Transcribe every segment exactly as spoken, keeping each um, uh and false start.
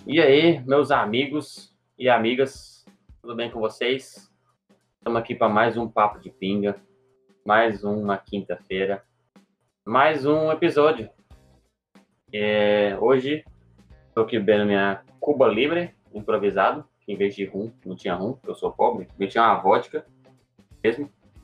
E aí, meus amigos e amigas, tudo bem com vocês? Estamos aqui para mais um Papo de Pinga, mais uma quinta-feira, mais um episódio. É, hoje, estou aqui bebendo minha Cuba Libre, improvisado, que em vez de rum, não tinha rum, eu sou pobre, eu tinha uma vodka mesmo.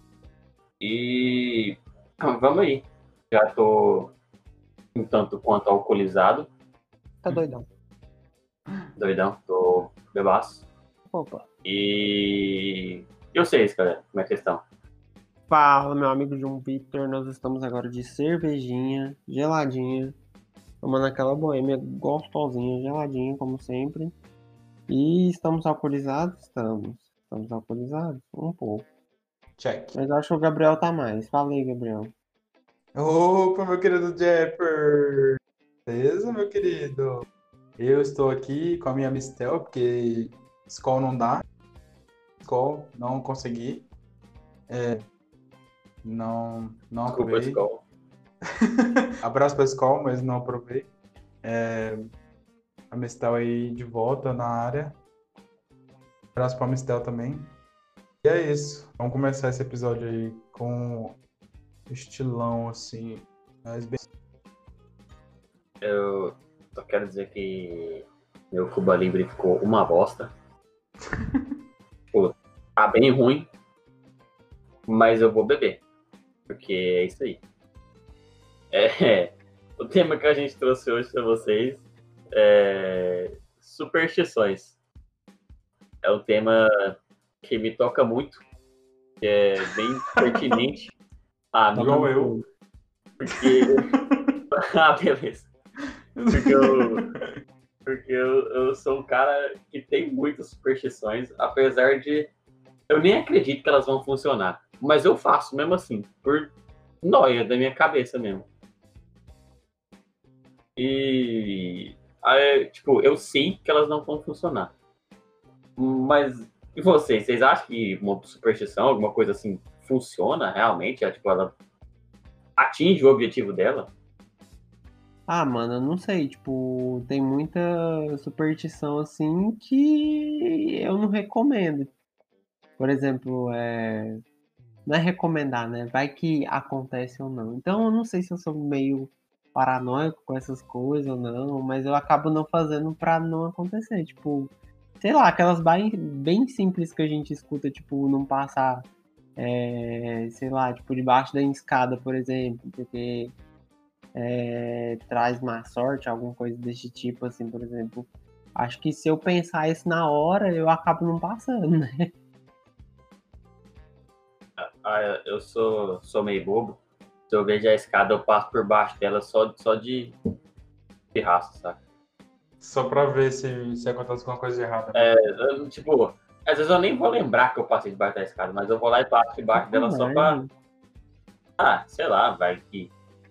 E vamos aí, já estou um tanto quanto alcoolizado, Tá doidão. doidão, tô bebaço. Opa. E eu sei, cara, como é a questão. Fala, meu amigo João Vitor. Nós estamos agora de cervejinha, geladinha, tomando aquela boêmia gostosinha, geladinha, como sempre. E estamos alcoolizados? Estamos. Estamos alcoolizados? Um pouco. Check. Mas acho que o Gabriel tá mais. Fala aí, Gabriel. Opa, meu querido Jeffer! Beleza, meu querido? Eu estou aqui com a minha Mistel, porque Skol não dá. Skol, não consegui. É, não, não Desculpa, aprovei. Skol. Abraço para Skol, mas não aprovei. É, a Mistel aí de volta na área. Abraço para a Mistel também. E é isso. Vamos começar esse episódio aí com estilão, assim. Mas bem... Eu só quero dizer que meu Cuba Libre ficou uma bosta. Pô, tá bem ruim, mas eu vou beber, porque é isso aí. É, o tema que a gente trouxe hoje para vocês é superstições. É um tema que me toca muito, que é bem pertinente a mim, Igual eu. porque... ah, beleza. Porque eu, porque eu, eu sou um cara que tem muitas superstições, apesar de eu nem acredito que elas vão funcionar. Mas eu faço mesmo assim, por nóia da minha cabeça mesmo. E, aí, tipo, eu sei que elas não vão funcionar. Mas, e vocês? Vocês acham que uma superstição, alguma coisa assim, funciona realmente? É, tipo, ela atinge o objetivo dela? Ah, mano, eu não sei. Tipo, tem muita superstição assim que eu não recomendo. Por exemplo, é... não é recomendar, né? Vai que acontece ou não. Então eu não sei se eu sou meio paranoico com essas coisas ou não, mas eu acabo não fazendo pra não acontecer. Tipo, sei lá, aquelas bem, bem simples que a gente escuta, tipo, não passar, é, sei lá, tipo, debaixo da escada, por exemplo, porque é, traz má sorte, alguma coisa desse tipo, assim, por exemplo. Acho que se eu pensar isso na hora, eu acabo não passando, né? Ah, eu sou, sou meio bobo. Se eu vejo a escada, eu passo por baixo dela só, só de pirraça, sabe? Só pra ver se, se acontece alguma coisa errada. É, eu, tipo, às vezes eu nem vou lembrar que eu passei debaixo da escada, mas eu vou lá e passo debaixo dela só pra... Ah, sei lá, vai que...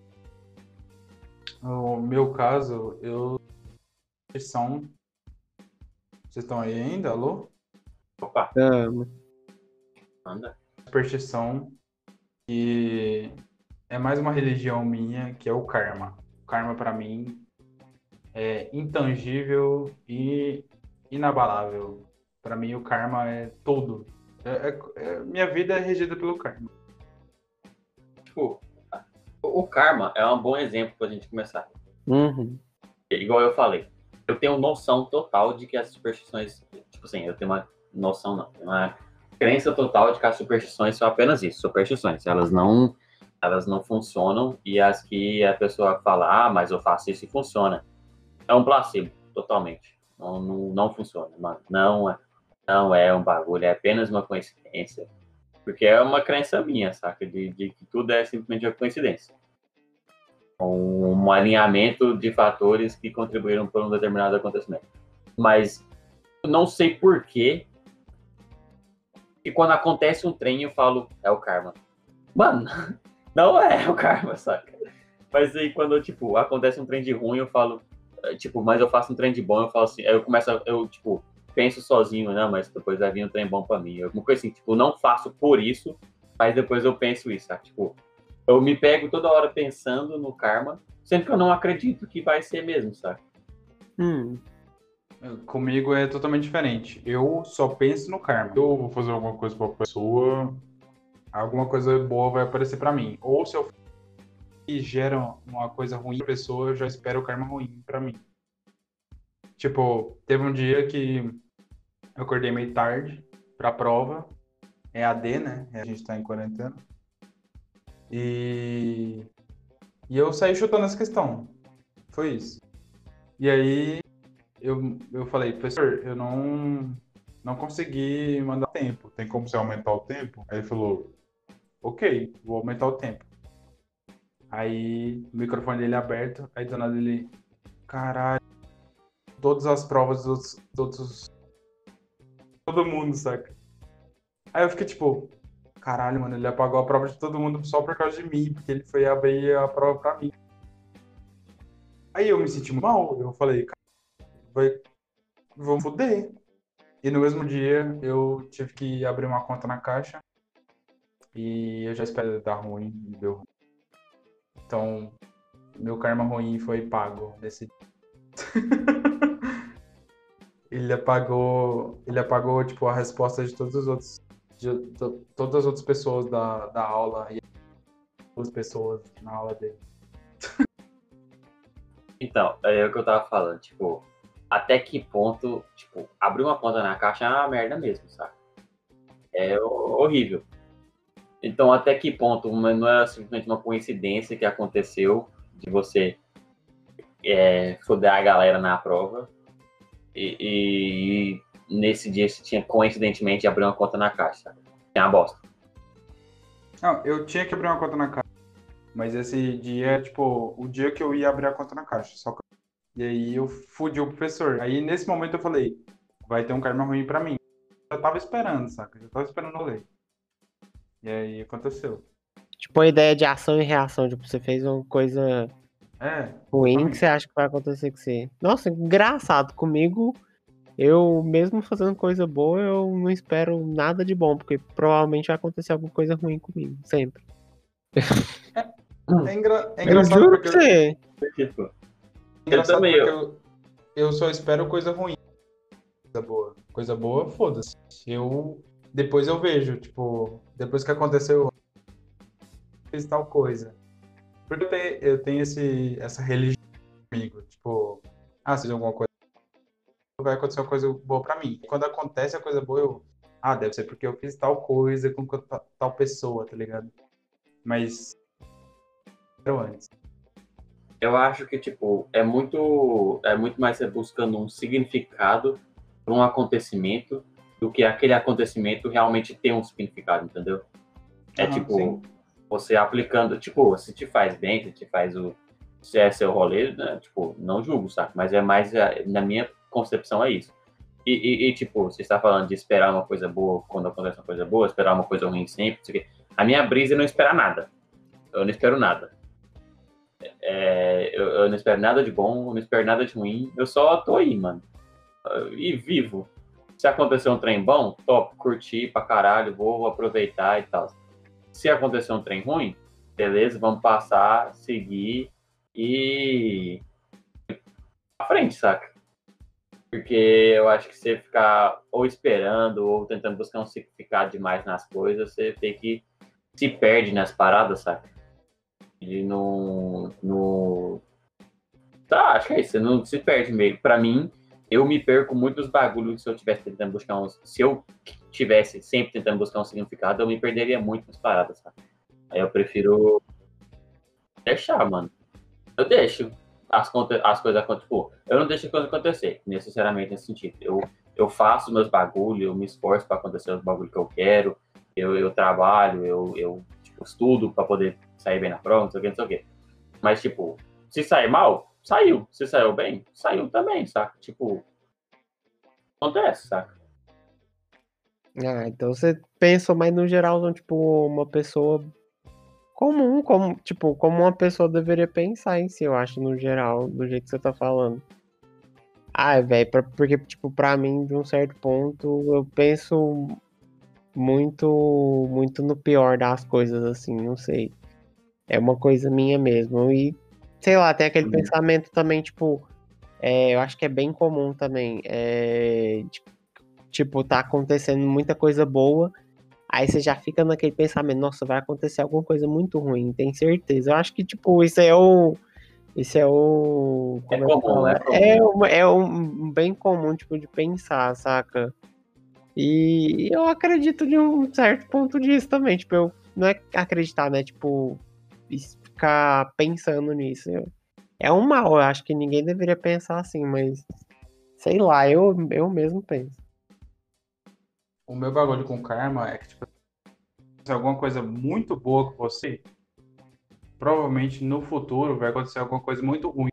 No meu caso, eu... São... Vocês estão aí ainda? Alô? Opa, Amo. anda. Superstição que é mais uma religião minha, que é o karma. O karma, pra mim, é intangível e inabalável. Pra mim, o karma é tudo. É, é- é- minha vida é regida pelo karma. Tipo, o o karma é um bom exemplo pra gente começar. Uhum. Igual eu falei, eu tenho noção total de que as superstições... Tipo assim, eu tenho uma noção, não. Tenho uma crença total de que as superstições são apenas isso, superstições. Elas não... Elas não funcionam, e as que a pessoa fala, ah, mas eu faço isso e funciona. É um placebo, totalmente. Não, não, não funciona, mano. Não é, não é um bagulho, é apenas uma coincidência. Porque é uma crença minha, saca? De, de que tudo é simplesmente uma coincidência. Um alinhamento de fatores que contribuíram para um determinado acontecimento. Mas eu não sei porquê que quando acontece um trem eu falo, é o karma. Mano, não é o karma, saca? Mas aí quando, tipo, acontece um trem de ruim, eu falo, tipo, mas eu faço um trem de bom, eu falo assim, aí eu começo, a, eu, tipo, penso sozinho, né, mas depois vai vir um trem bom pra mim. Alguma coisa assim, tipo, não faço por isso, mas depois eu penso isso, sabe? Tipo, eu me pego toda hora pensando no karma, sendo que eu não acredito que vai ser mesmo, sabe? Hum. Comigo é totalmente diferente. Eu só penso no karma. Se eu vou fazer alguma coisa pra pessoa, alguma coisa boa vai aparecer pra mim. Ou se eu e gera uma coisa ruim pra pessoa, eu já espero o karma ruim pra mim. Tipo, teve um dia que eu acordei meio tarde pra prova. É A D, né? A gente tá em quarentena. E, e eu saí chutando essa questão. Foi isso. E aí eu, eu falei, professor, eu não, não consegui mandar tempo. Tem como você aumentar o tempo? Aí ele falou, ok, vou aumentar o tempo. Aí o microfone dele aberto, aí do nada ele, caralho, todas as provas dos outros, todo mundo, saca? Aí eu fiquei tipo, caralho, mano, ele apagou a prova de todo mundo só por causa de mim, porque ele foi abrir a prova pra mim. Aí eu me senti muito mal, eu falei, cara, vai, vou foder. E no mesmo dia eu tive que abrir uma conta na Caixa e eu já espero dar ruim, e deu ruim. Então, meu karma ruim foi pago nesse ele apagou, ele apagou tipo a resposta de todos os outros de to- todas as outras pessoas da, da aula e as pessoas na aula dele. Então, é o que eu tava falando, tipo, até que ponto, tipo, abrir uma conta na caixa é uma merda mesmo, sabe? É horrível. Então, até que ponto não é simplesmente uma coincidência que aconteceu de você é, foder a galera na prova e, e, e nesse dia você tinha coincidentemente abrir uma conta na caixa, sabe? É uma bosta. Não, eu tinha que abrir uma conta na Caixa, mas esse dia, tipo, o dia que eu ia abrir a conta na Caixa, só que... E aí eu fudi o professor. Aí nesse momento eu falei, vai ter um karma ruim pra mim. Eu tava esperando, saca? Eu tava esperando o rolê. E aí aconteceu. Tipo, a ideia de ação e reação. Tipo, você fez uma coisa É, ruim que exatamente. você acha que vai acontecer com você. Nossa, engraçado. Comigo, eu, mesmo fazendo coisa boa, eu não espero nada de bom, porque provavelmente vai acontecer alguma coisa ruim comigo. Sempre. É, engra... é Eu engraçado juro pra porque, você. Tipo, é eu engraçado também, porque eu, eu, eu só espero coisa ruim. Coisa boa. Coisa boa, foda-se. Eu. Depois eu vejo, tipo, depois que aconteceu, eu fiz tal coisa. Porque eu tenho, eu tenho esse, essa religião comigo. Tipo, ah, se fizer alguma coisa, vai acontecer uma coisa boa pra mim. Quando acontece a coisa boa, eu. Ah, deve ser porque eu fiz tal coisa com tal pessoa, tá ligado? Mas. Era antes. eu acho que, tipo, é muito, é muito mais você buscando um significado para um acontecimento do que aquele acontecimento realmente ter um significado, entendeu? É Aham, tipo, sim. você aplicando, tipo, se te faz bem, se te faz o. Se é seu rolê, né? Tipo, não julgo, sabe? Mas é mais, é, na minha concepção, é isso. E, e, e, tipo, você está falando de esperar uma coisa boa quando acontece uma coisa boa, esperar uma coisa ruim sempre, não sei o quê. A minha brisa é não esperar nada. Eu não espero nada. É, eu, eu não espero nada de bom, eu não espero nada de ruim. Eu só tô aí, mano. E vivo. Se acontecer um trem bom, top, curti pra caralho, vou aproveitar e tal. Se acontecer um trem ruim, beleza, vamos passar, seguir e à frente, saca? Porque eu acho que você ficar ou esperando ou tentando buscar um significado demais nas coisas, você tem que se perde nas paradas, saca? E no, no... Tá, acho que é isso, você não se perde meio. Pra mim, eu me perco muito nos bagulhos se eu tivesse tentando buscar um... Se eu tivesse sempre tentando buscar um significado, eu me perderia muito nas paradas, saca? Aí eu prefiro deixar, mano. Eu deixo as, as coisas acontecer. Tipo, eu não deixo as coisas acontecer, necessariamente nesse sentido. Eu, eu faço meus bagulhos, eu me esforço para acontecer os bagulhos que eu quero, eu, eu trabalho, eu, eu tipo, estudo para poder sair bem na prova, não sei o que, não sei o que. Mas, tipo, se sair mal, saiu. Se saiu bem, saiu também, saca? Tipo, acontece, saca? Ah, então você pensa mais no geral, tipo, uma pessoa comum, como, tipo, como uma pessoa deveria pensar em si, eu acho, no geral, do jeito que você tá falando. Ah, velho, porque, tipo, pra mim, de um certo ponto, eu penso muito, muito no pior das coisas, assim, não sei. É uma coisa minha mesmo. E, sei lá, tem aquele Uhum. pensamento também, tipo, é, eu acho que é bem comum também. É, de- tipo, tá acontecendo muita coisa boa, aí você já fica naquele pensamento, nossa, vai acontecer alguma coisa muito ruim, tem certeza. Eu acho que, tipo, isso é o. Isso é o. É Como é que comum, é fala? É, comum. uma- é um um bem comum, tipo, de pensar, saca? E eu acredito de um certo ponto disso também. Tipo, eu não é acreditar, né? Tipo, es- ficar pensando nisso. Eu- é um mal, eu acho que ninguém deveria pensar assim, mas sei lá, eu, eu mesmo penso. O meu bagulho com karma é que, tipo, se alguma coisa muito boa com você, provavelmente no futuro vai acontecer alguma coisa muito ruim.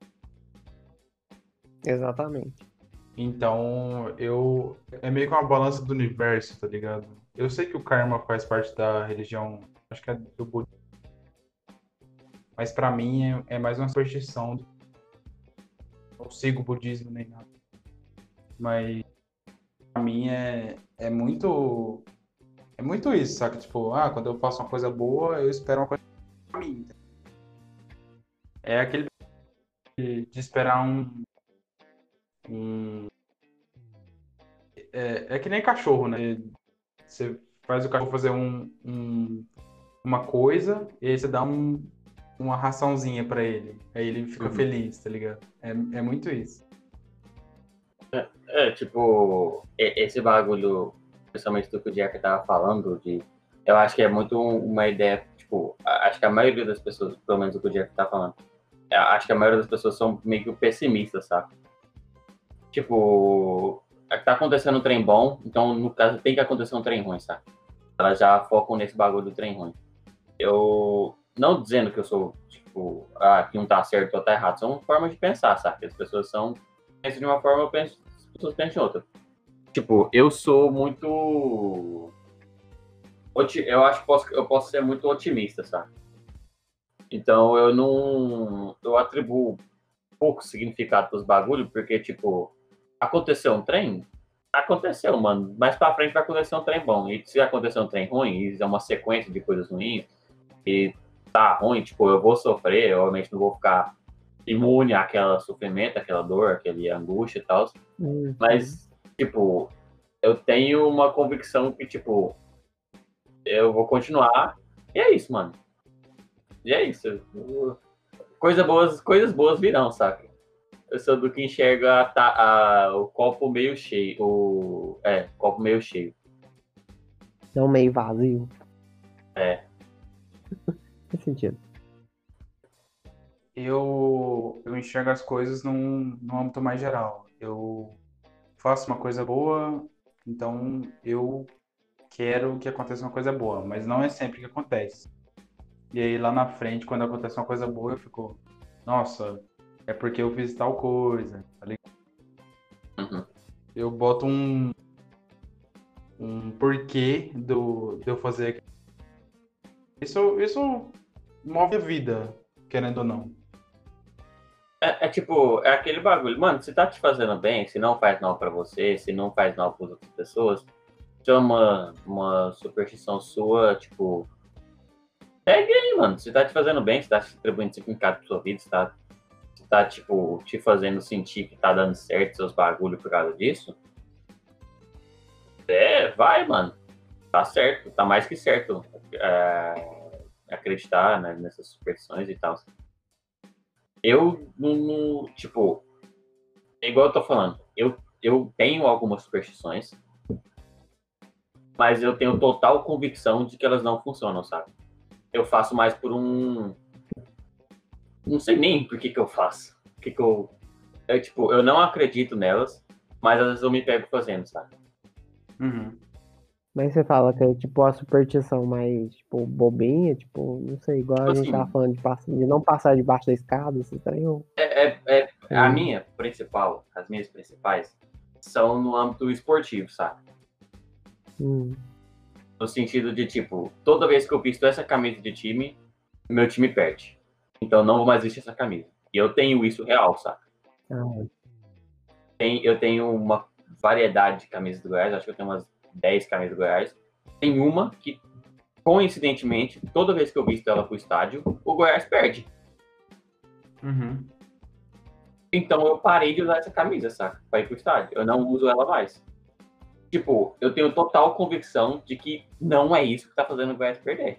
Exatamente. Então, eu. É meio que uma balança do universo, tá ligado? Eu sei que o karma faz parte da religião, acho que é do budismo, mas pra mim é, é mais uma superstição. Eu não sigo o budismo nem nada. Mas pra mim é, é muito. É muito isso, saca? Tipo, ah, quando eu faço uma coisa boa, eu espero uma coisa pra mim. É aquele de, de esperar um, um. É, é que nem cachorro, né? Você faz o cachorro fazer um, um- uma coisa e aí você dá um, uma raçãozinha pra ele. Aí ele fica Uhum. feliz, tá ligado? É, é muito isso. É, tipo, e- esse bagulho, principalmente do que o Jeff tava falando, de, eu acho que é muito uma ideia, tipo, a- acho que a maioria das pessoas, pelo menos o que o Jeff tá falando, eu acho que a maioria das pessoas são meio que pessimistas, sabe? Tipo, é que tá acontecendo um trem bom, então no caso tem que acontecer um trem ruim, sabe? Elas já focam nesse bagulho do trem ruim. Eu, não dizendo que eu sou, tipo, ah, que um tá certo ou tá errado, são formas de pensar, sabe? As pessoas são, pensam de uma forma, eu penso, as pessoas pensam de outra. Tipo, eu sou muito. oti- Eu acho que posso, eu posso ser muito otimista, sabe? Então eu não. Eu atribuo pouco significado pros bagulhos, porque, tipo, aconteceu um trem? Aconteceu, mano. Mais pra frente vai acontecer um trem bom. E se acontecer um trem ruim, e é uma sequência de coisas ruins, e tá ruim, tipo, eu vou sofrer, eu obviamente não vou ficar imune àquela sofrimento, àquela dor, aquela angústia e tal. Uhum. Mas, tipo, eu tenho uma convicção que, tipo, eu vou continuar. E é isso, mano. E é isso. Coisa boas, coisas boas virão, saca? Eu sou do que enxerga a, ta- a- o copo meio cheio. O, é, copo meio cheio. Não meio vazio. É. Faz sentido. Eu, eu enxergo as coisas num, num âmbito mais geral. Eu faço uma coisa boa, então eu quero que aconteça uma coisa boa, mas não é sempre que acontece. E aí lá na frente, quando acontece uma coisa boa, eu fico, nossa, é porque eu fiz tal coisa, tá ligado? Uhum. Eu boto um, um porquê do, de eu fazer aquilo. Isso, isso move a vida, querendo ou não. É, é tipo, é aquele bagulho. Mano, se tá te fazendo bem, se não faz mal pra você, se não faz mal para outras pessoas, se é uma, uma superstição sua, tipo, segue aí, mano. Se tá te fazendo bem, se tá te atribuindo significado pra sua vida, se tá, se tá, tipo, te fazendo sentir que tá dando certo seus bagulhos por causa disso, é, vai, mano. Tá certo, tá mais que certo. É, acreditar, né, nessas superstições e tal. Eu não, não- tipo, é igual eu tô falando, eu, eu tenho algumas superstições, mas eu tenho total convicção de que elas não funcionam, sabe? Eu faço mais por um. Não sei nem por que que eu faço. Por que que eu. Eu, tipo, eu não acredito nelas, mas às vezes eu me pego fazendo, sabe? Uhum. Mas você fala que é tipo a superstição mais, tipo, bobinha, tipo, não sei, igual Tipo a gente tava assim, falando de, pass- de não passar debaixo da escada, esse trem, ou- é, é, é- a ou- minha principal, as minhas principais, são no âmbito esportivo, sabe? hum, No sentido de, tipo, toda vez que eu visto essa camisa de time, meu time perde. Então não vou mais vestir essa camisa. E eu tenho isso real, sabe? ah, Tem, eu tenho uma variedade de camisas do Goiás, acho que eu tenho umas dez camisas do Goiás. Tem uma que, coincidentemente, toda vez que eu visto ela pro estádio, o Goiás perde. Uhum. Então eu parei de usar essa camisa, saca? Pra ir pro estádio. Eu não uso ela mais. Tipo, eu tenho total convicção de que não é isso que tá fazendo o Goiás perder.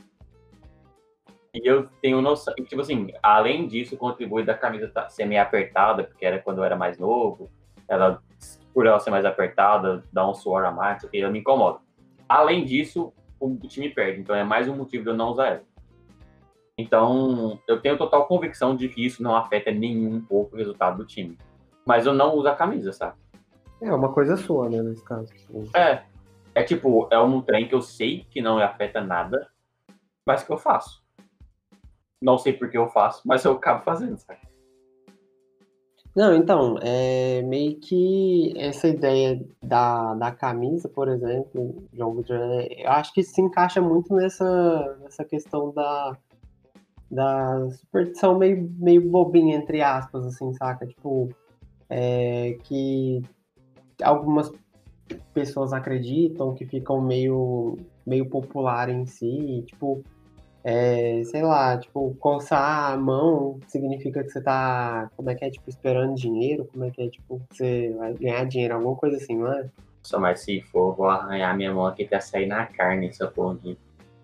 E eu tenho noção, tipo assim, além disso, contribui da camisa tá- ser meio apertada, porque era quando eu era mais novo. Ela, por ela ser mais apertada, dá um suor a mais, que eu me incomodo. Além disso, o time perde, então é mais um motivo de eu não usar ela. Então, eu tenho total convicção de que isso não afeta nem um pouco o resultado do time. Mas eu não uso a camisa, sabe? É uma coisa sua, né, nesse caso. É, é tipo, é um trem que eu sei que não afeta nada, mas que eu faço. Não sei por que eu faço, mas eu acabo fazendo, sabe? Não, então, é meio que essa ideia da, da camisa, por exemplo, João Vitor, é, eu acho que se encaixa muito nessa, nessa questão da, da superstição meio, meio bobinha, entre aspas, assim, saca? Tipo, é, que algumas pessoas acreditam que ficam meio, meio popular em si, tipo, é, sei lá, tipo, coçar a mão significa que você tá, como é que é, tipo, esperando dinheiro, como é que é, tipo, que você vai ganhar dinheiro, alguma coisa assim, não é? Só mais se for, vou arranhar minha mão aqui pra sair na carne essa porra aqui.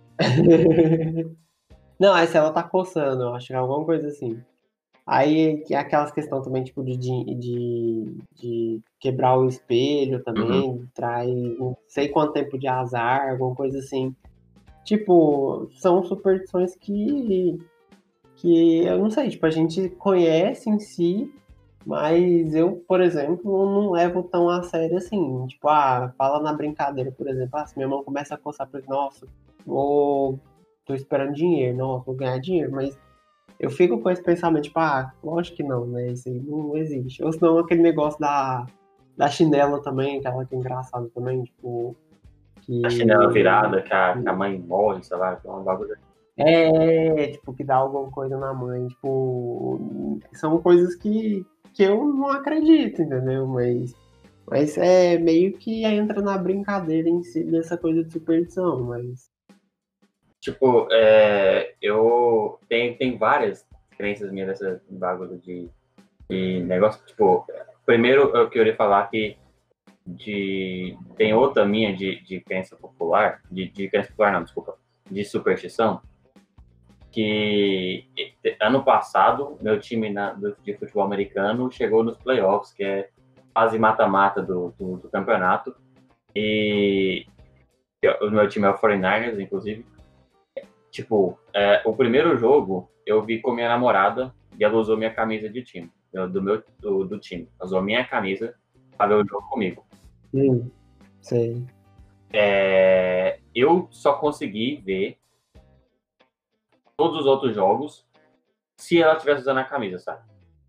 Não, aí se ela tá coçando, eu acho que é alguma coisa assim. Aí que é aquelas questões também, tipo, de, de, de quebrar o espelho Uhum. também, traz não sei quanto tempo de azar, alguma coisa assim. Tipo, são superstições que, que eu não sei, tipo, a gente conhece em si, mas eu, por exemplo, não levo tão a sério assim. Tipo, ah, fala na brincadeira, por exemplo, ah, se minha mão começa a coçar, por exemplo, nossa, vou, tô esperando dinheiro, nossa, vou ganhar dinheiro, mas eu fico com esse pensamento, tipo, ah, lógico que não, né? Isso aí não existe. Ou senão aquele negócio da, da chinela também, aquela que é engraçada também, tipo, A chinela que virada, que a, que a mãe morre, sei lá, que é um bagulho. é, tipo, que dá alguma coisa na mãe, tipo, são coisas que, que eu não acredito, entendeu? Mas, mas é meio que entra na brincadeira em si dessa coisa de superstição, mas Tipo, é, eu tenho, tem várias crenças minhas dessa bagulho de, de negócio. Tipo, primeiro eu queria falar que de, tem outra minha de, de crença popular, de, de crença popular não, desculpa, de superstição, que ano passado meu time na, do, de futebol americano chegou nos playoffs, que é fase mata-mata do, do, do campeonato, e o meu time é o quarenta e nine ers, inclusive. Tipo, é, o primeiro jogo eu vi com minha namorada e ela usou minha camisa de time, do meu do, do time. Ela usou minha camisa para ver o jogo comigo. hum, sei. É, eu só consegui ver todos os outros jogos se ela estivesse usando a camisa, sabe?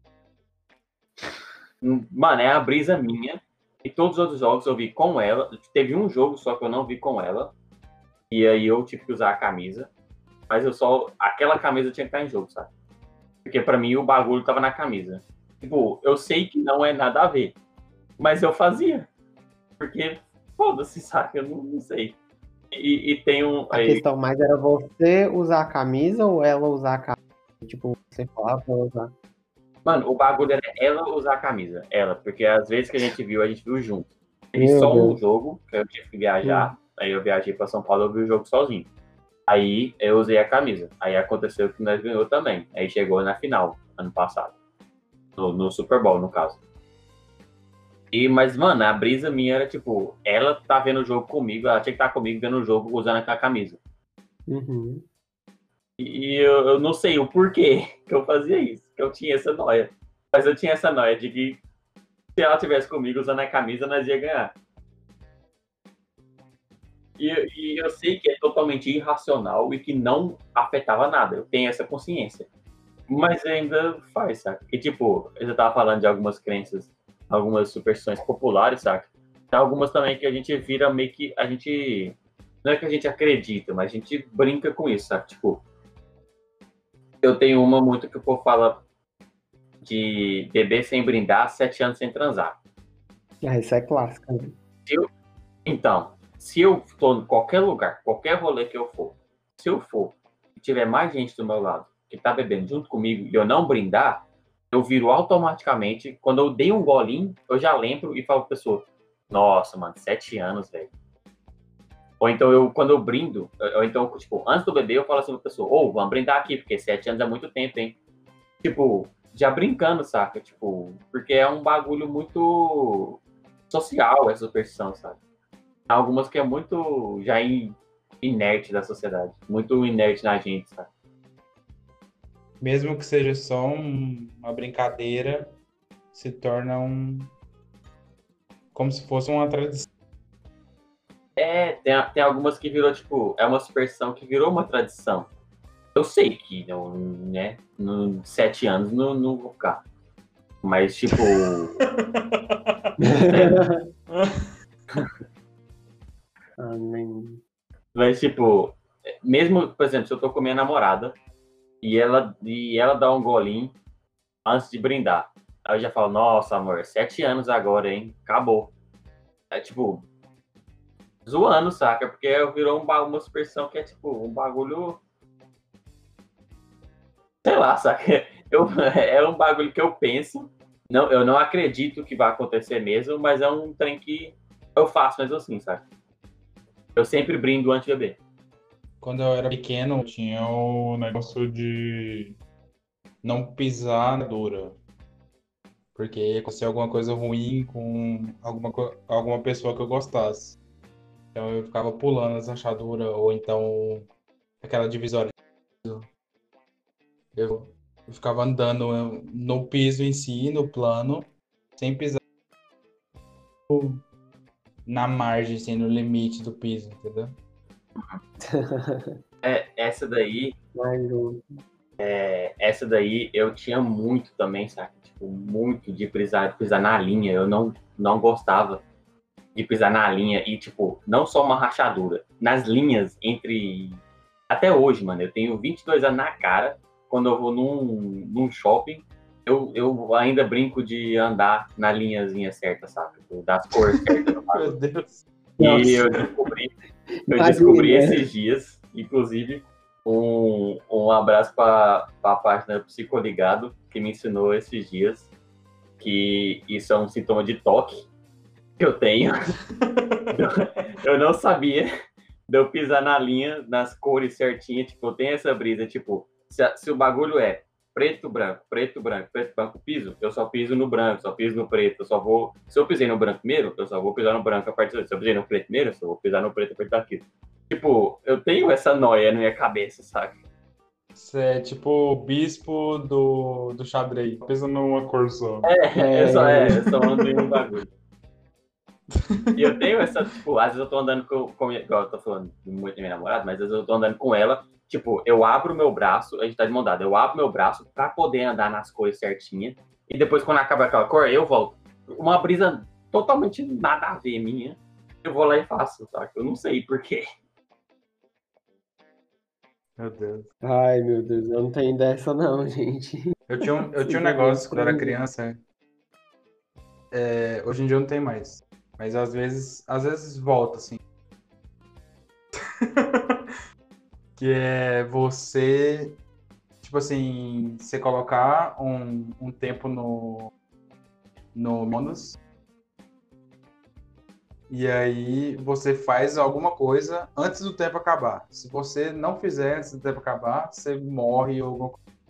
Mano, é a brisa minha. E todos os outros jogos eu vi com ela. Teve um jogo só que eu não vi com ela. E aí eu tive que usar a camisa. Mas eu só. Aquela camisa tinha que estar em jogo, sabe? Porque pra mim o bagulho tava na camisa. Tipo, eu sei que não é nada a ver. Mas eu fazia. Porque, foda-se, saca? Eu não, não sei. E, e tem um. A Aí, questão mais era você usar a camisa ou ela usar a camisa? Tipo, você falar pra ela usar. mano, o bagulho era ela usar a camisa. Ela, porque às vezes que a gente viu, a gente viu junto. Teve Meu só um Deus. jogo que eu tive que Hum. viajar. Aí eu viajei pra São Paulo e eu vi o jogo sozinho. Aí eu usei a camisa. Aí aconteceu que nós ganhou também. Aí chegou na final, ano passado. No, no Super Bowl, no caso. E, mas, mano, a brisa minha era tipo, ela tá vendo o jogo comigo, ela tinha que estar comigo vendo o jogo usando aquela camisa. Uhum. E eu, eu não sei o porquê que eu fazia isso, que eu tinha essa noia. Mas eu tinha essa noia de que se ela tivesse comigo usando a camisa, nós ia ganhar. E, e eu sei que é totalmente irracional e que não afetava nada. Eu tenho essa consciência. Mas ainda faz, saca? E tipo, eu já tava falando de algumas crenças, algumas superstições populares, saca? Tem algumas também que a gente vira meio que. A gente. Não é que a gente acredita, mas a gente brinca com isso, saca? Tipo, eu tenho uma muito que o povo fala de beber sem brindar, sete anos sem transar. Ah, isso é clássico, né? Se eu, então, se eu tô em qualquer lugar, qualquer rolê que eu for, se eu for e tiver mais gente do meu lado que tá bebendo junto comigo e eu não brindar, eu viro automaticamente. Quando eu dei um golinho, eu já lembro e falo pra pessoa, nossa, mano, sete anos, velho. Ou então, eu, quando eu brindo, ou então, tipo, antes do beber, eu falo assim pra pessoa, ô, oh, vamos brindar aqui, porque sete anos é muito tempo, hein? Tipo, já brincando, saca? Tipo, porque é um bagulho muito social, essa superstição, sabe? Há algumas que é muito já in, inerte da sociedade, muito inerte na gente, sabe? Mesmo que seja só um, uma brincadeira, se torna um... como se fosse uma tradição. É, tem, tem algumas que virou, tipo, é uma superstição que virou uma tradição. Eu sei que, não, né, no sete anos não, não vou ficar. Mas, tipo... Amém. Mas, tipo, mesmo, por exemplo, se eu tô com minha namorada e ela, e ela dá um golinho antes de brindar. Aí eu já falo, nossa, amor, sete anos agora, hein? Acabou. É, tipo, zoando, saca? Porque virou um, uma superstição que é, tipo, um bagulho... Sei lá, saca? Eu, é um bagulho que eu penso. Não, eu não acredito que vai acontecer mesmo, mas é um trem que eu faço mesmo assim, saca? Eu sempre brindo antes de beber. Quando eu era pequeno, tinha o negócio de não pisar na dura. Porque ia acontecer alguma coisa ruim com alguma, alguma pessoa que eu gostasse. Então eu ficava pulando as rachaduras, ou então aquela divisória. Eu, eu ficava andando no piso em si, no plano, sem pisar na margem, assim, no limite do piso, entendeu? É, essa daí, Mais um. é, essa daí eu tinha muito também, saca? Tipo, muito de pisar, pisar na linha. Eu não, não gostava de pisar na linha e, tipo, não só uma rachadura, nas linhas entre... Até hoje, mano, eu tenho vinte e dois anos na cara, quando eu vou num, num shopping, eu, eu ainda brinco de andar na linhazinha certa, sabe? Das cores certas do Meu bagulho. Deus. E eu Nossa. descobri, eu Imagina. descobri esses dias, inclusive, um, um abraço para a página Psicoligado, que me ensinou esses dias que isso é um sintoma de toque que eu tenho. Eu não sabia de eu pisar na linha, nas cores certinhas, tipo, eu tenho essa brisa, tipo, se, a, se o bagulho é preto, branco, preto, branco, preto, branco, piso, eu só piso no branco, só piso no preto, eu só vou, se eu pisei no branco primeiro, eu só vou pisar no branco a partir disso, se eu pisei no preto primeiro, eu só vou pisar no preto a partir daquilo. Tipo, eu tenho essa noia na minha cabeça, sabe? Você é tipo o bispo do, do xadrez. Pensa numa cor só. É, eu só, é, eu só ando em um bagulho. E eu tenho essa, tipo, às vezes eu tô andando com, com igual eu tô falando muito da minha namorada, mas às vezes eu tô andando com ela, tipo, eu abro o meu braço, a gente tá de mão dada, eu abro meu braço pra poder andar nas cores certinhas, e depois quando acaba aquela cor, eu volto. Uma brisa totalmente nada a ver minha, eu vou lá e faço, sabe? Eu não sei porquê. Meu Deus. Ai, meu Deus, eu não tenho dessa não, gente. Eu tinha um, eu tinha um negócio quando eu era criança. É, hoje em dia eu não tenho mais. Mas às vezes, às vezes volta, assim. Que é você, tipo assim, você colocar um, um tempo no, no Monos. E aí você faz alguma coisa antes do tempo acabar. Se você não fizer antes do tempo acabar, você morre ou alguma coisa.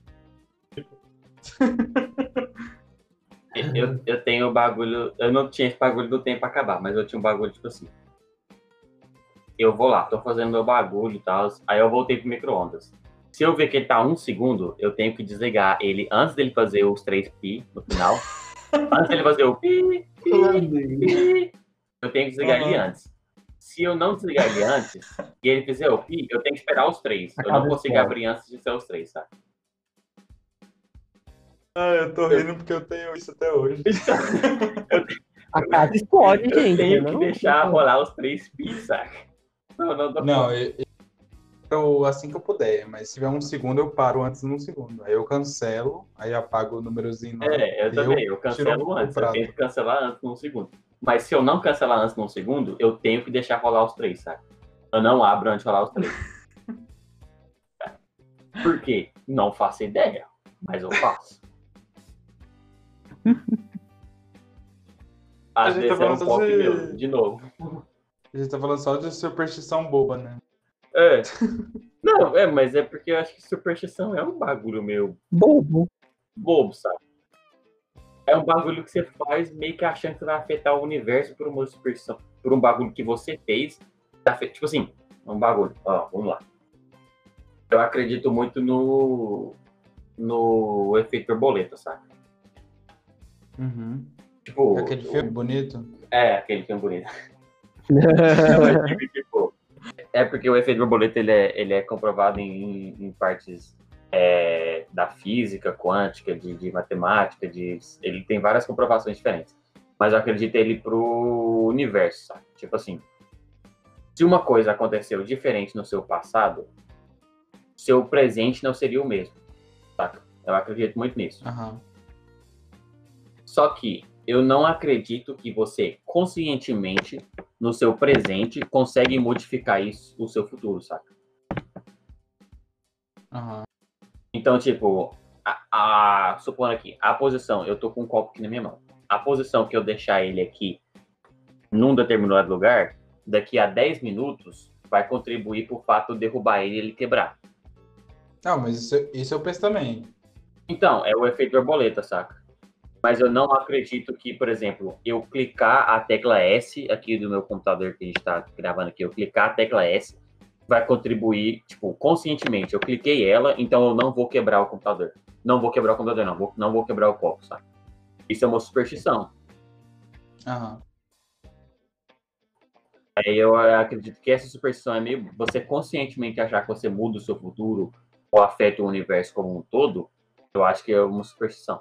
Eu, eu tenho o bagulho, eu não tinha esse bagulho do tempo acabar, mas eu tinha um bagulho, tipo assim, eu vou lá, tô fazendo meu bagulho e tal, aí eu voltei pro micro-ondas. Se eu ver que ele tá um segundo, eu tenho que desligar ele antes dele fazer os três pi no final. Antes dele fazer o pi, pi, pi, eu tenho que desligar Uhum. ele antes. Se eu não desligar ele antes e ele fizer o pi, eu tenho que esperar os três. Eu Acaba não consigo explode. abrir antes de ser os três, sabe? Ah, eu tô rindo porque eu tenho isso até hoje. A casa explode, Eu gente. tenho não? que deixar rolar os três pi, saca? Não, não, não. Não, eu, eu assim que eu puder, mas se tiver um segundo, eu paro antes de um segundo. Aí eu cancelo, aí apago o númerozinho lá. É, eu e também, eu tiro cancelo o antes, eu prato. tenho que cancelar antes num segundo. Mas se eu não cancelar antes num segundo, eu tenho que deixar rolar os três, sabe? Eu não abro antes de rolar os três. Por quê? Não faço ideia, mas eu faço. A Às gente vezes tá é um falando só pop de- meu, de novo. A gente tá falando só de superstição boba, né? É. Não, é, mas é porque eu acho que superstição é um bagulho meio Bobo. bobo, sabe? É um bagulho que você faz meio que achando que você vai afetar o universo por uma superstição, por um bagulho que você fez. Tipo assim, um bagulho. Ó, vamos lá. Eu acredito muito no, no efeito borboleta, sabe? Uhum. Tipo, Aquele filme bonito. é, aquele filme bonito. Não, mas, tipo, tipo, é porque o efeito borboleta ele é, ele é comprovado em, em partes é, da física quântica, de, de matemática, de, ele tem várias comprovações diferentes. Mas eu acredito ele pro universo, sabe? Tipo assim, se uma coisa aconteceu diferente no seu passado, seu presente não seria o mesmo, saca? Eu acredito muito nisso. Aham. Só que eu não acredito que você, conscientemente, no seu presente, consegue modificar isso, o seu futuro, saca? Aham. Então, tipo, a, a, supondo aqui, a posição, eu tô com um copo aqui na minha mão. A posição que eu deixar ele aqui num determinado lugar, daqui a dez minutos, vai contribuir pro fato de eu derrubar ele e ele quebrar. Não, mas isso, isso eu penso também. Então, é o efeito borboleta, saca? Mas eu não acredito que, por exemplo, eu clicar a tecla S aqui do meu computador que a gente está gravando aqui, eu clicar a tecla S vai contribuir, tipo, conscientemente. Eu cliquei ela, então eu não vou quebrar o computador. Não vou quebrar o computador, não. Vou, não vou quebrar o copo, sabe? Isso é uma superstição. Aham. Aí eu acredito que essa superstição é meio... Você conscientemente achar que você muda o seu futuro ou afeta o universo como um todo, eu acho que é uma superstição.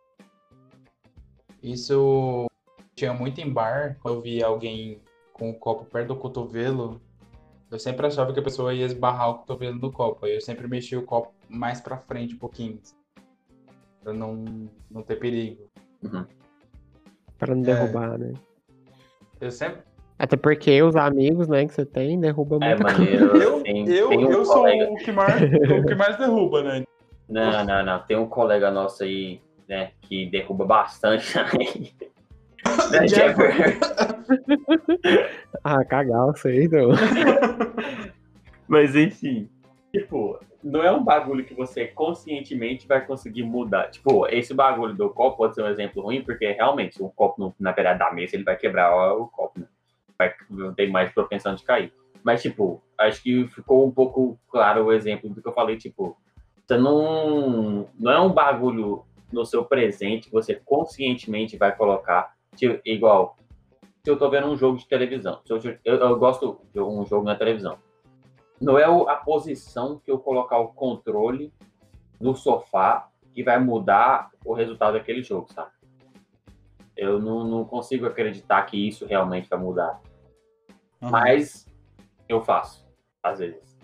Isso tinha muito em bar, quando eu via alguém com o copo perto do cotovelo, eu sempre achava que a pessoa ia esbarrar o cotovelo no copo. Aí eu sempre mexia o copo mais pra frente um pouquinho, pra não, não ter perigo. Uhum. Pra não É. derrubar, né? Eu sempre. Até porque os amigos, né, que você tem, derruba É, muita mano, coisa. eu, Eu, tem, eu, tem um eu sou colega... o que, mais, o que mais derruba, né? Não, não, não. Tem um colega nosso aí, né, que derruba bastante também. Né, Jeffer? Ah, cagaço aí, não. Mas enfim, tipo, não é um bagulho que você conscientemente vai conseguir mudar. Tipo, esse bagulho do copo pode ser um exemplo ruim, porque realmente, se um copo no, na beirada da mesa, ele vai quebrar o copo, né? Vai ter mais propensão de cair. Mas, tipo, acho que ficou um pouco claro o exemplo do que eu falei, tipo, você não, não é um bagulho no seu presente que você conscientemente vai colocar, tipo, igual, se eu tô vendo um jogo de televisão, se eu, eu, eu gosto de um jogo na televisão, não é a posição que eu colocar o controle no sofá que vai mudar o resultado daquele jogo, sabe? Eu não, não consigo acreditar que isso realmente vai mudar. Uhum. Mas eu faço, às vezes.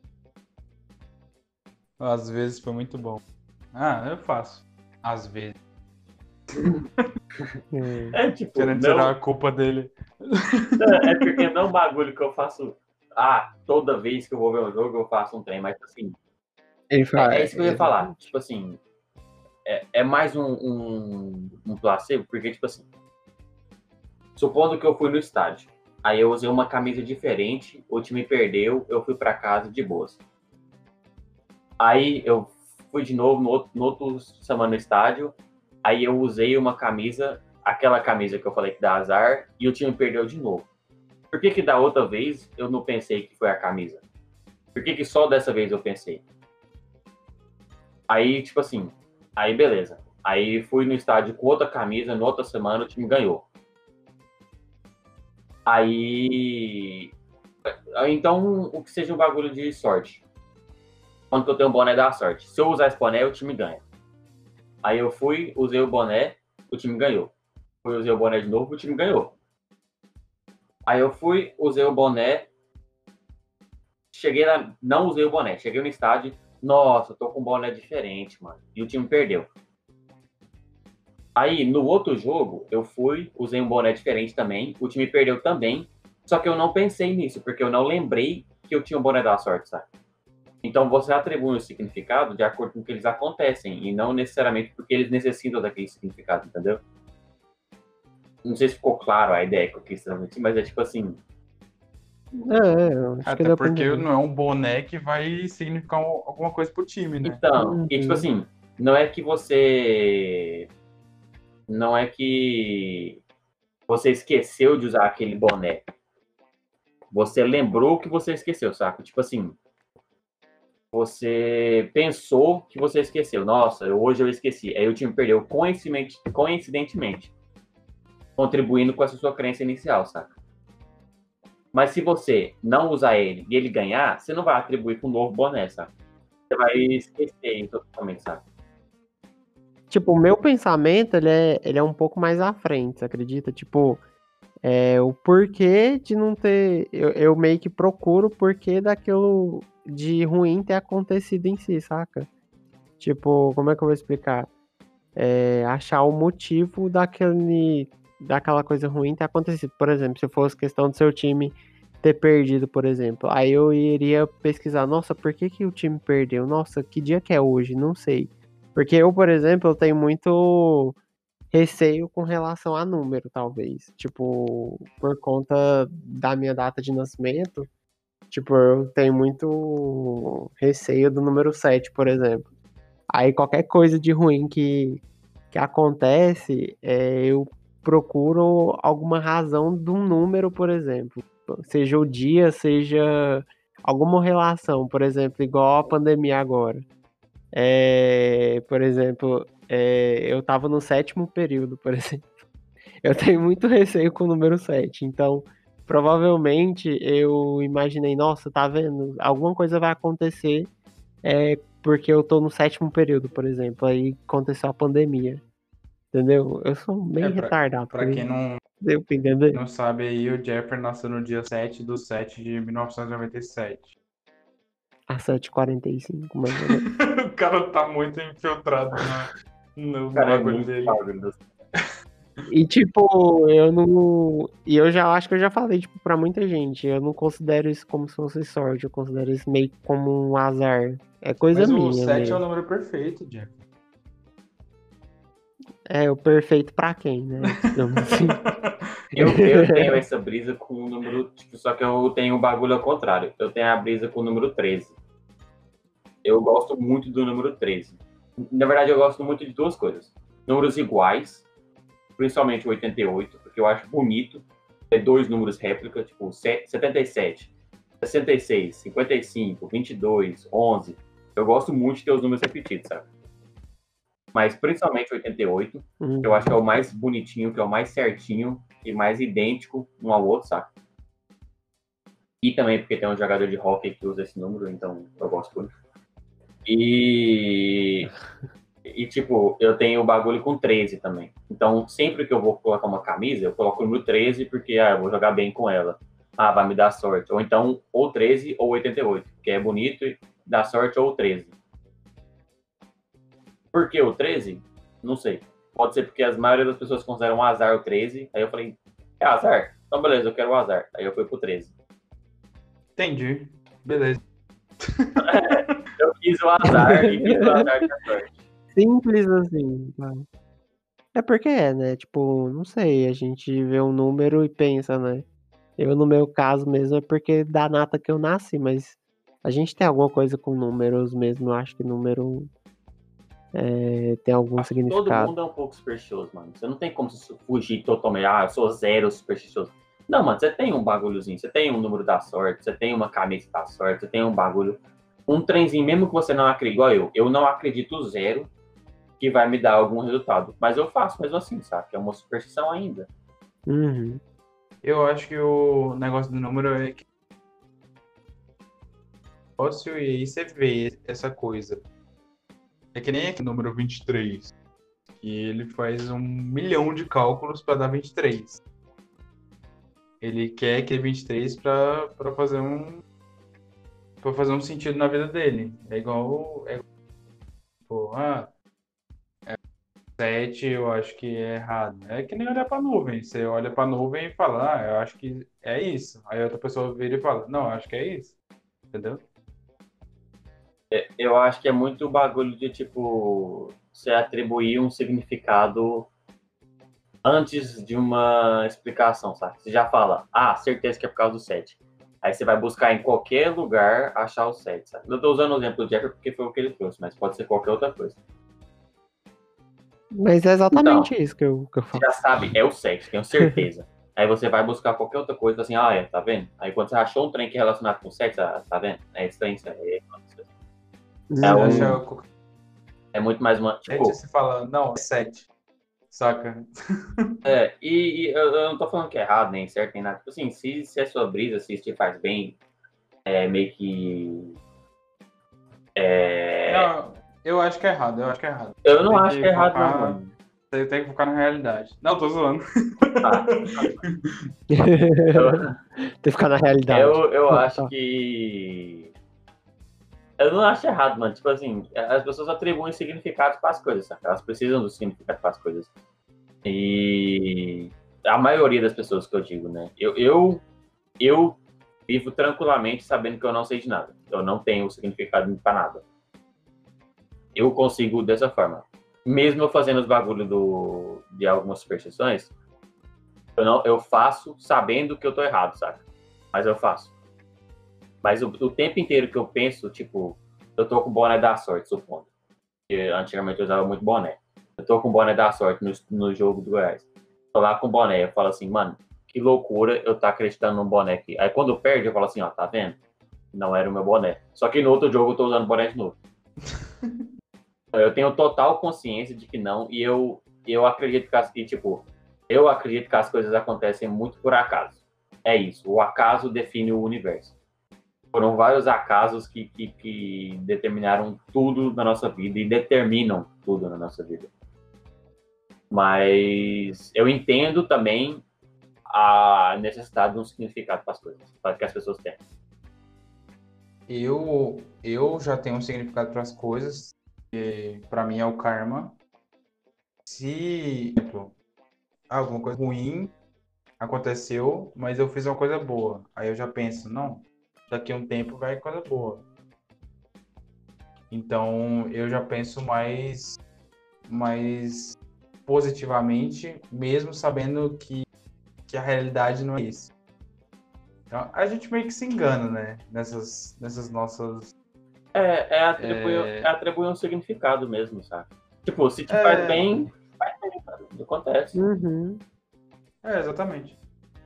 Às vezes foi muito bom. Ah, eu faço. Às vezes. Hum. É tipo, Querendo não, tirar a culpa dele. não, é porque não é um bagulho que eu faço. Ah, toda vez que eu vou ver um jogo eu faço um trem, mas assim, Ele é, fala, é isso que eu ia falar. Tipo assim, é, é mais um, um, um placebo, porque, tipo assim, supondo que eu fui no estádio, aí eu usei uma camisa diferente, o time perdeu, eu fui pra casa de boas. Aí eu fui de novo no outro, no outro semana no estádio, aí eu usei uma camisa, aquela camisa que eu falei que dá azar, e o time perdeu de novo. Por que que da outra vez eu não pensei que foi a camisa? Por que que só dessa vez eu pensei? Aí, tipo assim, aí beleza. Aí fui no estádio com outra camisa, na outra semana o time ganhou. Aí... Então, o que seja um bagulho de sorte. Quando eu tenho um boné, dá sorte. Se eu usar esse boné, o time ganha. Aí eu fui, usei o boné, o time ganhou. Fui, usei o boné de novo, o time ganhou. Aí eu fui, usei o boné, cheguei lá, não usei o boné, cheguei no estádio, nossa, eu tô com um boné diferente, mano. E o time perdeu. Aí, no outro jogo, eu fui, usei um boné diferente também, o time perdeu também, só que eu não pensei nisso, porque eu não lembrei que eu tinha um boné da sorte, sabe? Então você atribui o significado de acordo com o que eles acontecem, e não necessariamente porque eles necessitam daquele significado, entendeu? Não sei se ficou claro a ideia que eu quis transmitir, mas é tipo assim. É, eu acho que Até deu pra porque entender. não é um boné que vai significar um- alguma coisa pro time, né? Então, e tipo Uhum. assim, não é que você. Não é que você esqueceu de usar aquele boné. Você lembrou que você esqueceu, saca? Tipo assim, você pensou que você esqueceu. Nossa, hoje eu esqueci. Aí o time perdeu coincidentemente, coincidentemente, contribuindo com essa sua crença inicial, saca? Mas se você não usar ele e ele ganhar, você não vai atribuir com um novo boné, saca? Você vai esquecer totalmente, saca? Tipo, o meu pensamento, ele é, ele é um pouco mais à frente, você acredita? Tipo, é, o porquê de não ter... Eu, eu meio que procuro o porquê daquilo de ruim ter acontecido em si, saca? Tipo, como é que eu vou explicar? É, achar o motivo daquele, daquela coisa ruim ter acontecido. Por exemplo, se fosse questão do seu time ter perdido, por exemplo, aí eu iria pesquisar, nossa, por que que o time perdeu? Nossa, que dia que é hoje? Não sei. Porque eu, por exemplo, eu tenho muito receio com relação a número, talvez. Tipo, por conta da minha data de nascimento, tipo, eu tenho muito receio do número sete, por exemplo. Aí qualquer coisa de ruim que, que acontece, é, eu procuro alguma razão de um número, por exemplo. Seja o dia, seja alguma relação, por exemplo, igual a pandemia agora. É, por exemplo, é, eu estava no sétimo período, por exemplo. Eu tenho muito receio com o número sete, então provavelmente eu imaginei, nossa, tá vendo? Alguma coisa vai acontecer é, porque eu tô no sétimo período, por exemplo, aí aconteceu a pandemia, entendeu? Eu sou É, bem pra, retardado, pra quem não, deu pra entender? não sabe aí, o Jeffrey nasceu no dia sete de sete de mil novecentos e noventa e sete. Às sete e quarenta e cinco, mais ou menos. O cara tá muito infiltrado na, no, no Cara, é bagulho muito dele. bagulho. E tipo, eu não. E eu já acho que eu já falei, tipo, pra muita gente, eu não considero isso como se fosse sorte, eu considero isso meio que como um azar. É coisa Mas o minha sete é o mesmo. número perfeito, Jeff. É o perfeito pra quem, né? Digamos assim. Eu, eu tenho essa brisa com o número, tipo, só que eu tenho o bagulho ao contrário. Eu tenho a brisa com o número treze. Eu gosto muito do número treze. Na verdade, eu gosto muito de duas coisas. Números iguais, principalmente o oitenta e oito, porque eu acho bonito ter dois números réplica, tipo setenta e sete, sessenta e seis, cinquenta e cinco, vinte e dois, onze. Eu gosto muito de ter os números repetidos, sabe? Mas principalmente o oitenta e oito, que eu acho que é o mais bonitinho, que é o mais certinho e mais idêntico um ao outro, sabe? E também porque tem um jogador de hockey que usa esse número, então eu gosto muito. E, e tipo, eu tenho o bagulho com treze também. Então, sempre que eu vou colocar uma camisa, eu coloco o número treze porque ah, eu vou jogar bem com ela. Ah, vai me dar sorte. Ou então, ou treze ou oitenta e oito, que é bonito e dá sorte, ou treze. Por que o treze? Não sei. Pode ser porque a maioria das pessoas consideram um azar o treze. Aí eu falei, é azar? Então beleza, eu quero o azar. Aí eu fui pro treze. Entendi. Beleza. Eu fiz o azar e fiz o azar da sorte. Simples assim, tá? É porque é, né? Tipo, não sei, a gente vê um número e pensa, né? Eu, no meu caso mesmo, é porque da data que eu nasci, mas a gente tem alguma coisa com números mesmo. Eu acho que número é, tem algum Acho que todo significado. mundo é um pouco supersticioso, mano. Você não tem como fugir totalmente. Ah, eu sou zero supersticioso. Não, mano, você tem um bagulhozinho. Você tem um número da sorte, você tem uma camisa da sorte, você tem um bagulho. Um trenzinho, mesmo que você não acredite, igual eu. Eu não acredito zero que vai me dar algum resultado. Mas eu faço mesmo assim, sabe? Que é uma superstição ainda. Uhum. Eu acho que o negócio do número é que fóssil e aí você vê essa coisa. É que nem aquele número vinte e três, que ele faz um milhão de cálculos para dar vinte e três. Ele quer aquele vinte e três para para fazer um para fazer um sentido na vida dele. É igual, é igual tipo, ah, sete eu acho que é errado. É que nem olhar para nuvem. Você olha para nuvem e fala, ah, eu acho que é isso. Aí outra pessoa vira e fala, não, eu acho que é isso. Entendeu? É, Eu acho que é muito bagulho de, tipo, você atribuir um significado antes de uma explicação, sabe? Você já fala, ah, certeza que é por causa do sete. Aí você vai buscar em qualquer lugar achar o sete, sabe? Eu tô usando o exemplo do Jeffrey porque foi o que ele trouxe, mas pode ser qualquer outra coisa. Mas é Então, exatamente isso que eu, que eu você já faço. sabe, é o sete, tenho certeza. Aí você vai buscar qualquer outra coisa, assim, ah, é, tá vendo? Aí quando você achou um trem que é relacionado com sexo, ah, tá vendo? É estranho, isso aí. É, Você Uhum. acha um, o é muito mais uma. corrente, Tipo, você fala, não, é sete. Saca? é, e, e eu, eu não tô falando que é errado, nem certo, nem nada. Tipo assim, se, se é sua brisa, se isso te faz bem, é meio que. É, Não, eu acho que é errado, eu acho que é errado. eu não Tem acho que que é errado, não, focar, mano. tem tem que focar na realidade. Não, tô zoando. Ah, Tem que ficar na realidade. eu, eu acho Tá. que. Eu não acho errado, mano. Tipo assim, as pessoas atribuem significados para as coisas, sabe? Elas precisam do significado para as coisas. E a maioria das pessoas que eu digo, né? Eu, eu, eu vivo tranquilamente sabendo que eu não sei de nada. Eu não tenho significado para nada. Eu consigo dessa forma. Mesmo eu fazendo os bagulhos do, de algumas superstições, eu, não, eu faço sabendo que eu tô errado, saca? Mas eu faço. Mas o, o tempo inteiro que eu penso, tipo, eu tô com o boné da sorte, supondo. Porque antigamente eu usava muito boné. Eu tô com o boné da sorte no, no jogo do Goiás. Tô lá com o boné, eu falo assim, mano, que loucura eu tá acreditando num boné aqui. Aí quando perde, eu falo assim, ó, tá vendo? Não era o meu boné. Só que no outro jogo eu tô usando boné de novo. Eu tenho total consciência de que não, e eu, eu acredito que, as, e, tipo, eu acredito que as coisas acontecem muito por acaso. É isso, o acaso define o universo. Foram vários acasos que, que, que determinaram tudo na nossa vida e determinam tudo na nossa vida. Mas eu entendo também a necessidade de um significado para as coisas, para que as pessoas tenham. Eu, eu já tenho um significado para as coisas, que para mim é o karma. Se, por exemplo, alguma coisa ruim aconteceu, mas eu fiz uma coisa boa, aí eu já penso, não, daqui a um tempo vai coisa boa. Então eu já penso mais, mais positivamente, mesmo sabendo que, que a realidade não é isso. Então a gente meio que se engana, né? Nessas, nessas nossas. É, é atribuir, É, é atribuir um significado mesmo, sabe? Tipo, se te faz é, bem, faz bem, cara. Acontece. Uhum. é exatamente.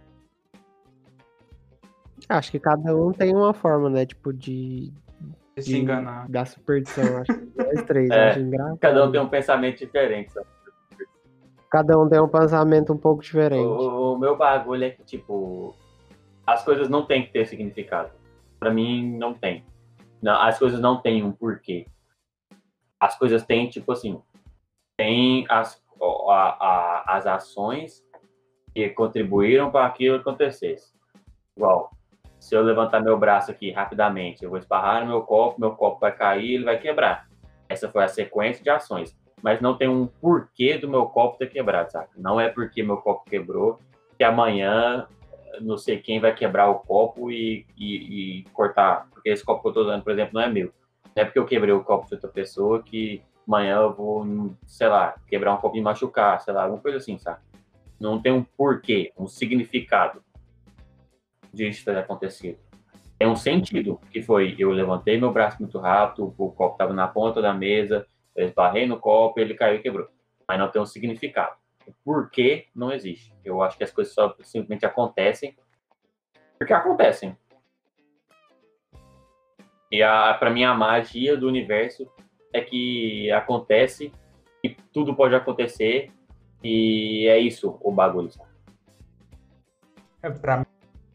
Acho que cada um tem uma forma, né? Tipo, de, E se de enganar. da superstição. Acho que nós três, eu acho É, cada um tem engraçado. um pensamento diferente, sabe? Cada um tem um pensamento um pouco diferente. O, o meu bagulho é que, tipo, as coisas não têm que ter significado. Pra mim, não tem. Não, as coisas não têm um porquê. As coisas têm, tipo assim, tem as, a, a, as ações que contribuíram para aquilo acontecesse. Igual, se eu levantar meu braço aqui rapidamente, eu vou esbarrar no meu copo, meu copo vai cair, ele vai quebrar. Essa foi a sequência de ações. Mas não tem um porquê do meu copo ter quebrado, saca? Não é porque meu copo quebrou que amanhã não sei quem vai quebrar o copo e, e, e cortar. Porque esse copo que eu tô usando, por exemplo, não é meu. Não é porque eu quebrei o copo de outra pessoa que amanhã eu vou, sei lá, quebrar um copo e machucar, sei lá, alguma coisa assim, sabe? Não tem um porquê, um significado de isso ter acontecido. Tem um sentido, que foi, eu levantei meu braço muito rápido, o copo estava na ponta da mesa, eu esbarrei no copo, ele caiu e quebrou. Mas não tem um significado. O porquê não existe. Eu acho que as coisas só simplesmente acontecem porque acontecem. E para mim a magia do universo é que acontece e tudo pode acontecer e é isso o bagulho. Sabe? É, pra mim,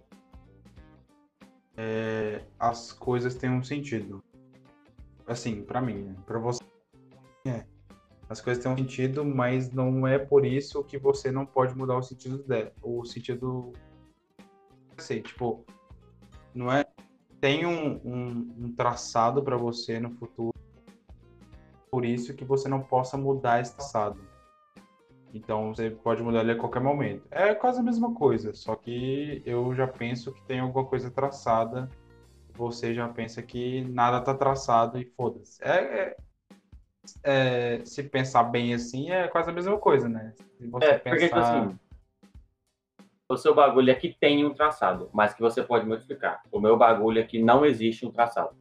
é, as coisas têm um sentido. Assim, pra mim, né? Pra você, é. As coisas têm um sentido, mas não é por isso que você não pode mudar o sentido dela. O sentido. Sei, tipo, não é. Tem um, um, um traçado pra você no futuro, por isso que você não possa mudar esse traçado. Então você pode mudar ele a qualquer momento. É quase a mesma coisa, só que eu já penso que tem alguma coisa traçada você já pensa que nada tá traçado e foda-se. É, é- é, se pensar bem assim, é quase a mesma coisa, né? Se você É, porque, tipo pensar. assim, o seu bagulho aqui tem um traçado, mas que você pode modificar. O meu bagulho aqui não existe um traçado.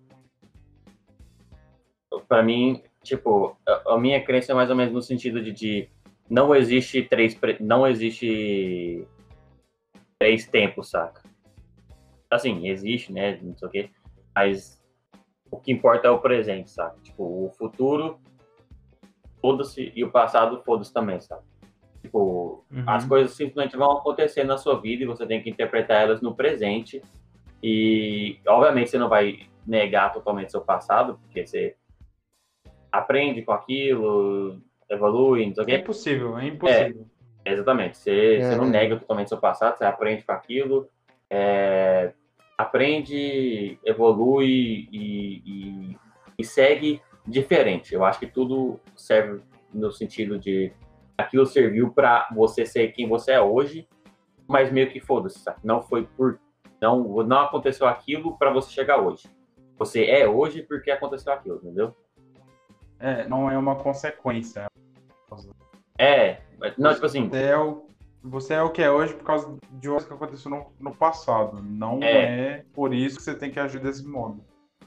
Pra mim, tipo, a, a minha crença é mais ou menos no sentido de, de não existe três, pre- não existe três tempos, saca? Assim, existe, né? Não sei o quê, mas o que importa é o presente, sabe? Tipo, o futuro, foda-se, e o passado, foda-se também, sabe? Tipo, as Uhum. coisas simplesmente vão acontecer na sua vida e você tem que interpretar elas no presente. E, obviamente, você não vai negar totalmente seu passado, porque você aprende com aquilo, evolui, não sei o É quê. impossível, é É, impossível. exatamente. Você, você não É, nega totalmente seu passado, você aprende com aquilo, é, aprende, evolui e, e, e segue diferente. Eu acho que tudo serve no sentido de aquilo serviu para você ser quem você é hoje, mas meio que foda-se, sabe? Não foi por não não aconteceu aquilo para você chegar hoje. Você é hoje porque aconteceu aquilo, entendeu? É, não é uma consequência. É, não, tipo Você assim, é o, você é o que é hoje por causa de coisa que aconteceu no, no passado. Não é, é por isso que você tem que agir desse modo.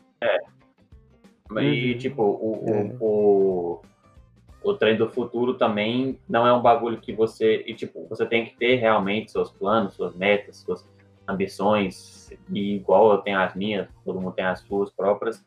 e uhum, tipo, o, é. o, o, o trem do futuro também não é um bagulho que você, e tipo, você tem que ter realmente seus planos, suas metas, suas ambições, e igual eu tenho as minhas, todo mundo tem as suas próprias,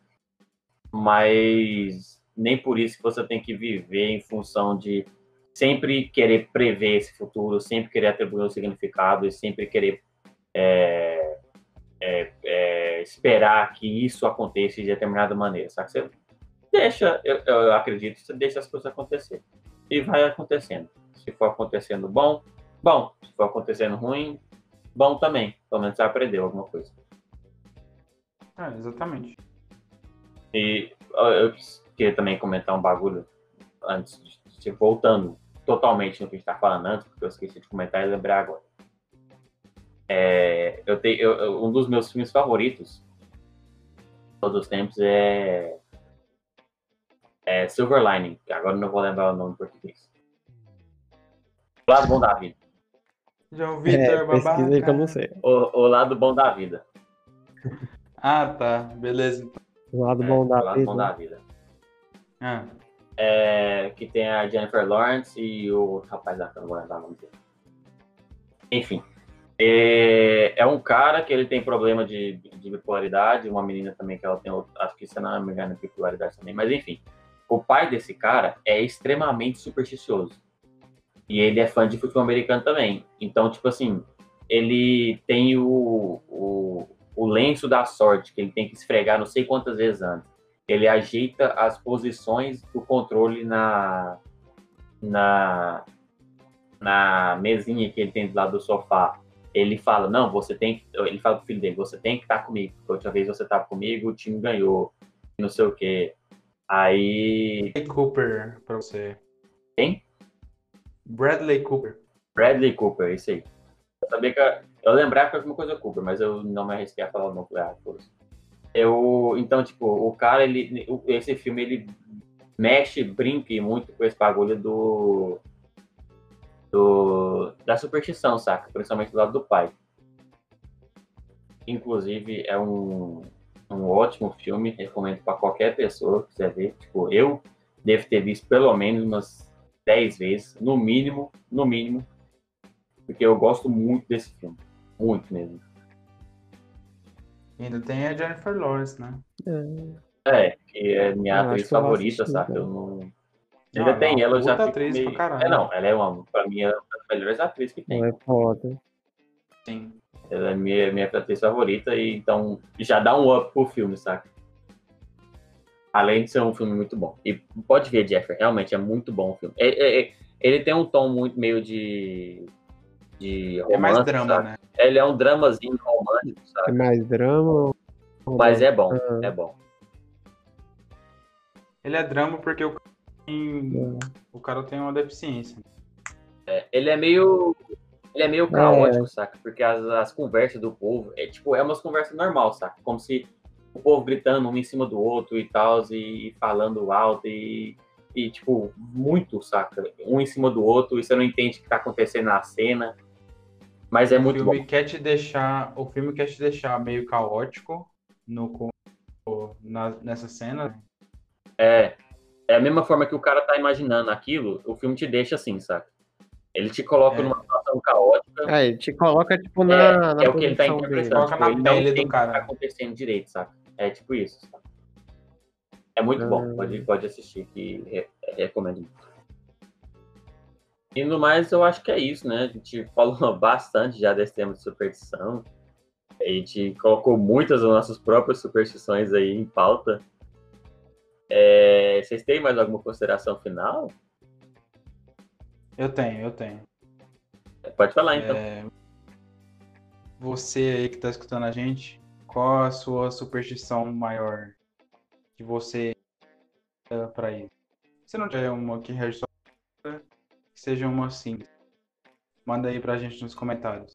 mas nem por isso que você tem que viver em função de sempre querer prever esse futuro, sempre querer atribuir um significado e sempre querer é, é, é, esperar que isso aconteça de determinada maneira, sabe? Você deixa, eu, eu acredito que você deixa as coisas acontecer. E vai acontecendo. Se for acontecendo bom, bom. Se for acontecendo ruim, bom também. Pelo menos você aprendeu alguma coisa. É, exatamente. E eu queria também comentar um bagulho antes de, de voltando totalmente no que a gente tá falando antes, porque eu esqueci de comentar e lembrar agora. É, eu tenho, eu, um dos meus filmes favoritos todos os tempos é, é Silver Lining, que agora eu não vou lembrar o nome em português. O Lado Bom da Vida. João É, Vitor, pesquisa aí que eu não babaca. sei. O, o Lado Bom da Vida. Ah, tá. Beleza. Então. O lado É, bom da o Lado Bom vida. da Vida. Ah, É, que tem a Jennifer Lawrence e o rapaz lá, que eu não vou lembrar o nome dele. Enfim, é, é um cara que ele tem problema de, de bipolaridade, uma menina também que ela tem, acho que se não me engano, bipolaridade também, mas enfim. O pai desse cara é extremamente supersticioso. E ele é fã de futebol americano também. Então, tipo assim, ele tem o, o, o lenço da sorte, que ele tem que esfregar não sei quantas vezes antes. Ele ajeita as posições do controle na, na, na mesinha que ele tem do lado do sofá. Ele fala, não, você tem que... Ele fala pro filho dele, você tem que estar comigo. Porque a última vez você estava comigo, o time ganhou. Não sei o quê. Aí... Bradley Cooper pra você. Quem? Bradley Cooper. Bradley Cooper, isso aí. Eu sabia que... Eu, eu lembrava que era alguma coisa Cooper, mas eu não me arrisquei a falar o nome. Ah, eu, então, tipo, o cara, ele, esse filme, ele mexe, brinca muito com esse bagulho do, do da superstição, saca? Principalmente do lado do pai. Inclusive, é um, um ótimo filme, recomendo para qualquer pessoa que quiser ver. Tipo, eu devo ter visto pelo menos umas dez vezes, no mínimo, no mínimo, porque eu gosto muito desse filme. Muito mesmo. E ainda tem a Jennifer Lawrence, né? É, que é minha Eu acho atriz que eu vou favorita, assistir, saca? Eu então. não. Não, Ainda ela é tem uma ela, eu já puta fico atriz pra meio. É, caralho. não, ela é uma, pra mim, é uma das melhores atrizes que Não tem. é foda. Sim. Ela é minha, minha atriz favorita, e então já dá um up pro filme, saca? Além de ser um filme muito bom. E pode ver, Jeffrey, realmente é muito bom o filme. É, é, é, ele tem um tom muito meio de, de É mais romance, drama, saca? né? Ele é um dramazinho romântico, É saca? mais drama ou Mas romance? é bom, Ah, é bom. Ele é drama porque o cara tem, é. o cara tem uma deficiência. É, ele é meio. Ele é meio É, caótico, saca? Porque as, as conversas do povo, é tipo, é umas conversas normal, saca? Como se o povo gritando um em cima do outro e tal, e falando alto, e, e, tipo, muito, saca? Um em cima do outro, e você não entende o que tá acontecendo na cena. Mas é o muito filme bom. quer te deixar, o filme quer te deixar meio caótico no, na, nessa cena. É, é a mesma forma que o cara tá imaginando aquilo, o filme te deixa assim, saca? Ele te coloca É, numa situação caótica, Aí, te coloca, tipo, é, na, que na é o que ele tá posição dele. interpretando. coloca Tipo, na ele não pele do entende o que tá cara. acontecendo direito, saca? É tipo isso. Saca? É muito bom, Ah, pode, pode assistir, que re- recomendo muito. E no mais, eu acho que é isso, né? A gente falou bastante já desse tema de superstição. A gente colocou muitas das nossas próprias superstições aí em pauta. É, vocês têm mais alguma consideração final? Eu tenho, eu tenho. Pode falar, então. Você aí que tá escutando a gente, qual a sua superstição maior que você é pra isso? Se não tiver uma que rege só, que seja uma simples. Manda aí pra gente nos comentários.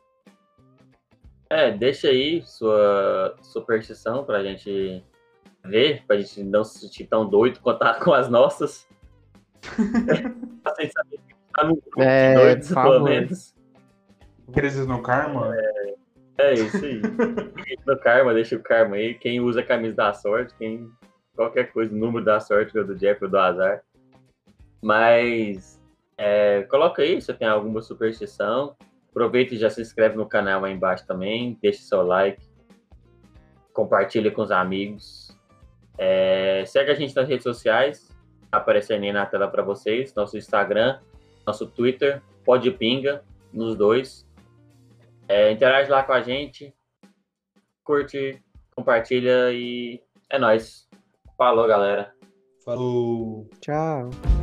É, deixa aí sua superstição pra gente ver, pra gente não se sentir tão doido quanto tá com as nossas. Pra gente saber que tá no grupo de É, doidos, por pelo favor. menos. Crises no karma? É isso aí. No karma, deixa o karma aí. Quem usa a camisa da sorte, quem. Qualquer coisa, o número da sorte, ou do Jeff ou do azar. Mas é, coloca aí se tem alguma superstição. Aproveita e já se inscreve no canal aí embaixo também. Deixa seu like. Compartilha com os amigos. É, segue a gente nas redes sociais. Tá aparecendo aí na tela para vocês. Nosso Instagram, nosso Twitter, Podpinga, nos dois. É, interage lá com a gente. Curte, compartilha e é nóis. Falou, galera. Falou! Tchau.